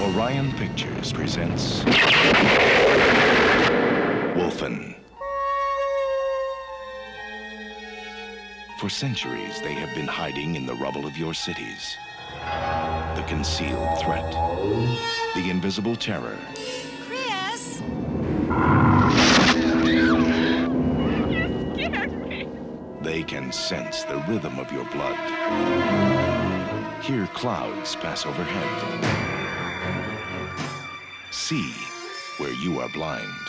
Orion Pictures presents Wolfen. For centuries, they have been hiding in the rubble of your cities. The concealed threat. The invisible terror. Chris! You scared me. They can sense the rhythm of your blood. Hear clouds pass overhead. See where you are blind.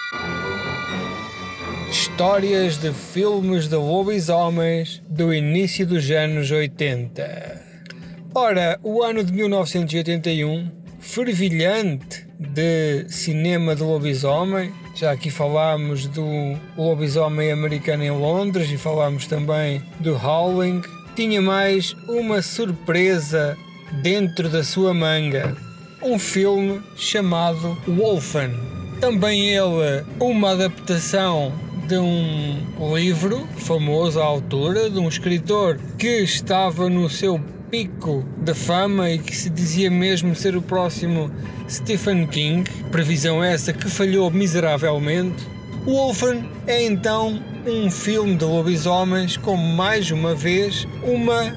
Histórias de filmes de lobisomens do início dos anos 80. Ora, o ano de 1981, fervilhante de cinema de lobisomem. Já aqui falámos do lobisomem americano em Londres e falámos também do Howling. Tinha mais uma surpresa dentro da sua manga. Um filme chamado Wolfen. Também ele uma adaptação de um livro famoso à altura, de um escritor que estava no seu pico de fama e que se dizia mesmo ser o próximo Stephen King, previsão essa que falhou miseravelmente. Wolfen é então um filme de lobisomens com mais uma vez uma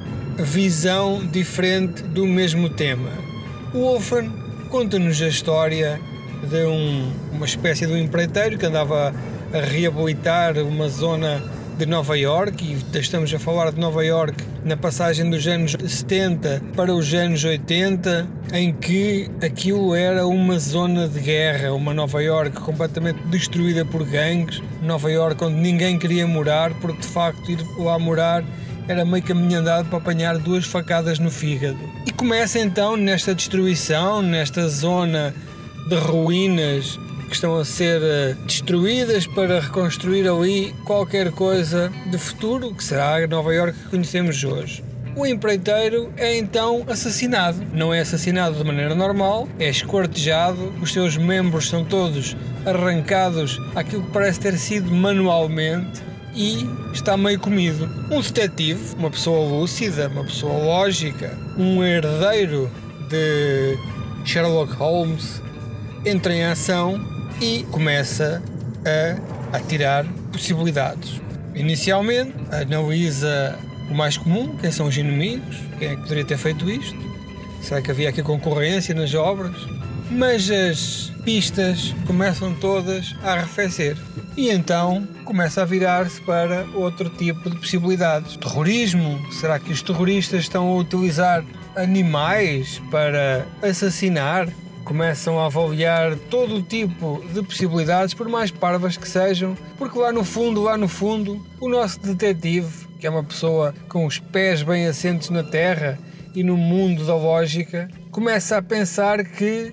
visão diferente do mesmo tema. Wolfen conta-nos a história de uma espécie de um empreiteiro que andava a reabilitar uma zona de Nova Iorque, e estamos a falar de Nova Iorque na passagem dos anos 70 para os anos 80, em que aquilo era uma zona de guerra, uma Nova Iorque completamente destruída por gangues, Nova Iorque onde ninguém queria morar, porque de facto ir lá morar era meio caminho andado para apanhar 2 facadas no fígado. E começa então nesta destruição, nesta zona de ruínas que estão a ser destruídas para reconstruir ali qualquer coisa de futuro, que será a Nova Iorque que conhecemos hoje. O empreiteiro é então assassinado. Não é assassinado de maneira normal, é esquartejado, os seus membros são todos arrancados àquilo que parece ter sido manualmente e está meio comido. Um detetive, uma pessoa lúcida, uma pessoa lógica, um herdeiro de Sherlock Holmes, entra em ação e começa a tirar possibilidades. Inicialmente, analisa o mais comum, quem são os inimigos, quem é que poderia ter feito isto, será que havia aqui concorrência nas obras? Mas as pistas começam todas a arrefecer e então começa a virar-se para outro tipo de possibilidades. Terrorismo? Será que os terroristas estão a utilizar animais para assassinar? Começam a avaliar todo o tipo de possibilidades, por mais parvas que sejam, porque lá no fundo, o nosso detetive, que é uma pessoa com os pés bem assentes na terra e no mundo da lógica, começa a pensar que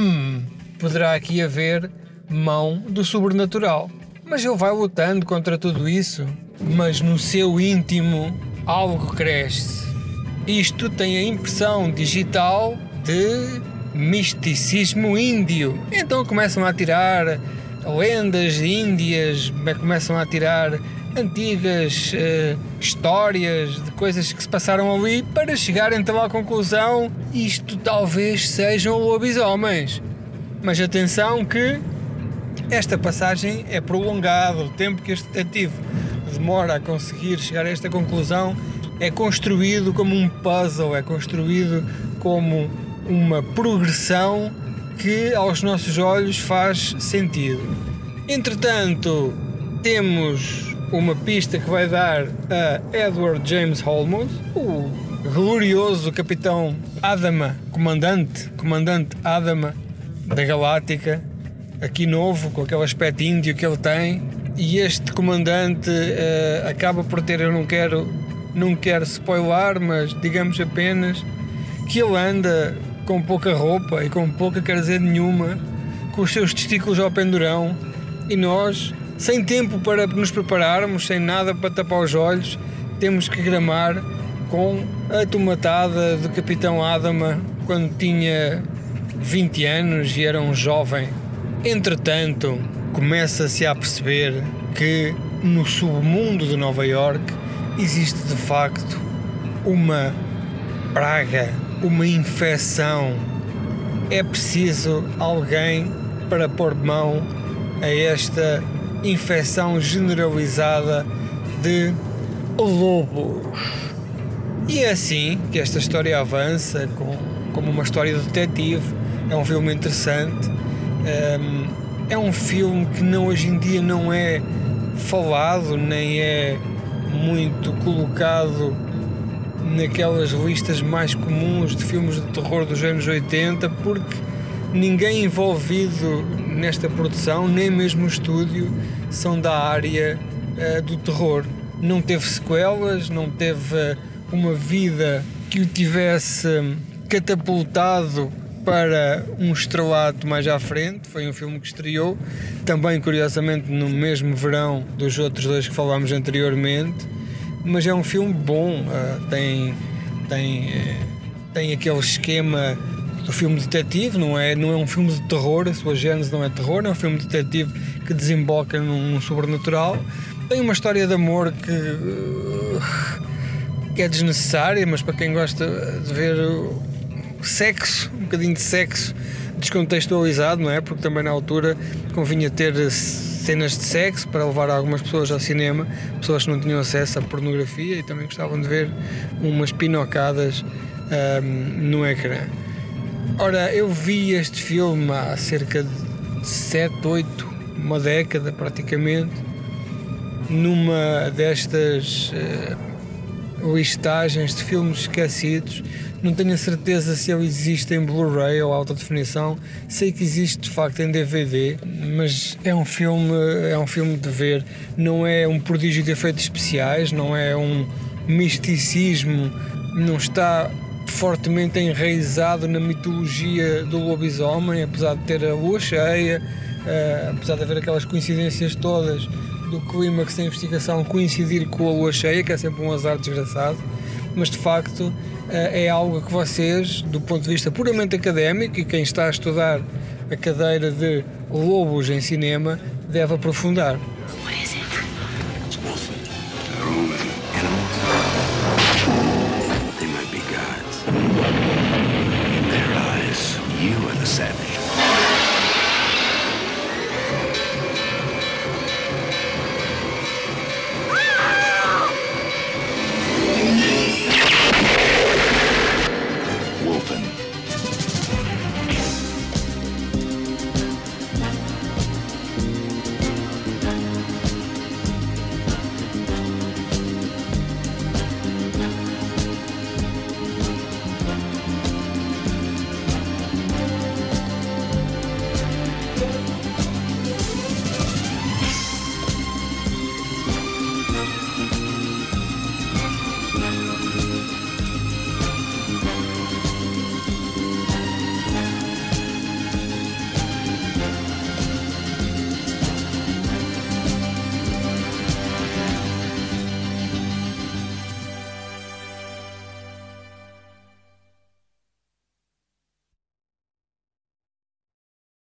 poderá aqui haver mão do sobrenatural. Mas ele vai lutando contra tudo isso, mas no seu íntimo algo cresce. Isto tem a impressão digital de misticismo índio. Então começam a tirar lendas índias, começam a tirar antigas histórias de coisas que se passaram ali para chegar então à conclusão: isto talvez sejam lobisomens. Mas atenção que esta passagem é prolongada, o tempo que este detetive demora a conseguir chegar a esta conclusão é construído como um puzzle, é construído como uma progressão que aos nossos olhos faz sentido. Entretanto, temos uma pista que vai dar a Edward James Olmos, o glorioso capitão Adama, comandante Adama da Galáctica, aqui novo, com aquele aspecto índio que ele tem, e este comandante acaba por ter, eu não quero spoiler, mas digamos apenas que ele anda com pouca roupa e com pouca quer nenhuma, com os seus testículos ao pendurão, e nós, sem tempo para nos prepararmos, sem nada para tapar os olhos, temos que gramar com a tomatada do Capitão Adama quando tinha 20 anos e era um jovem. Entretanto, começa-se a perceber que no submundo de Nova Iorque existe de facto uma praga, uma infecção é preciso alguém para pôr mão a esta infecção generalizada de lobos. E é assim que esta história avança como uma história de detetive. É um filme interessante, é um filme que hoje em dia não é falado, nem é muito colocado naquelas listas mais comuns de filmes de terror dos anos 80, porque ninguém envolvido nesta produção, nem mesmo o estúdio, são da área do terror. Não teve sequelas, não teve uma vida que o tivesse catapultado para um estrelato mais à frente. Foi um filme que estreou também, curiosamente, no mesmo verão dos outros dois que falámos anteriormente, mas é um filme bom, tem aquele esquema do filme detetive, não é um filme de terror, a sua gênese não é terror, é um filme detetive que desemboca num sobrenatural. Tem uma história de amor que é desnecessária, mas para quem gosta de ver sexo, um bocadinho de sexo descontextualizado, não é? Porque também na altura convinha ter cenas de sexo para levar algumas pessoas ao cinema, pessoas que não tinham acesso à pornografia e também gostavam de ver umas pinocadas no ecrã. Ora, eu vi este filme há cerca de 7, 8, uma década praticamente, numa destas listagens de filmes esquecidos. Não tenho a certeza se ele existe em Blu-ray ou alta definição. Sei que existe de facto em DVD, mas é um filme de ver. Não é um prodígio de efeitos especiais, não é um misticismo, não está fortemente enraizado na mitologia do lobisomem, apesar de ter a lua cheia, apesar de haver aquelas coincidências todas do clímax da investigação coincidir com a lua cheia, que é sempre um azar desgraçado, mas de facto é algo que vocês, do ponto de vista puramente académico, e quem está a estudar a cadeira de lobos em cinema, deve aprofundar. What is it? It's wolf. They're all animals. They might be gods. In their eyes, you are the savage.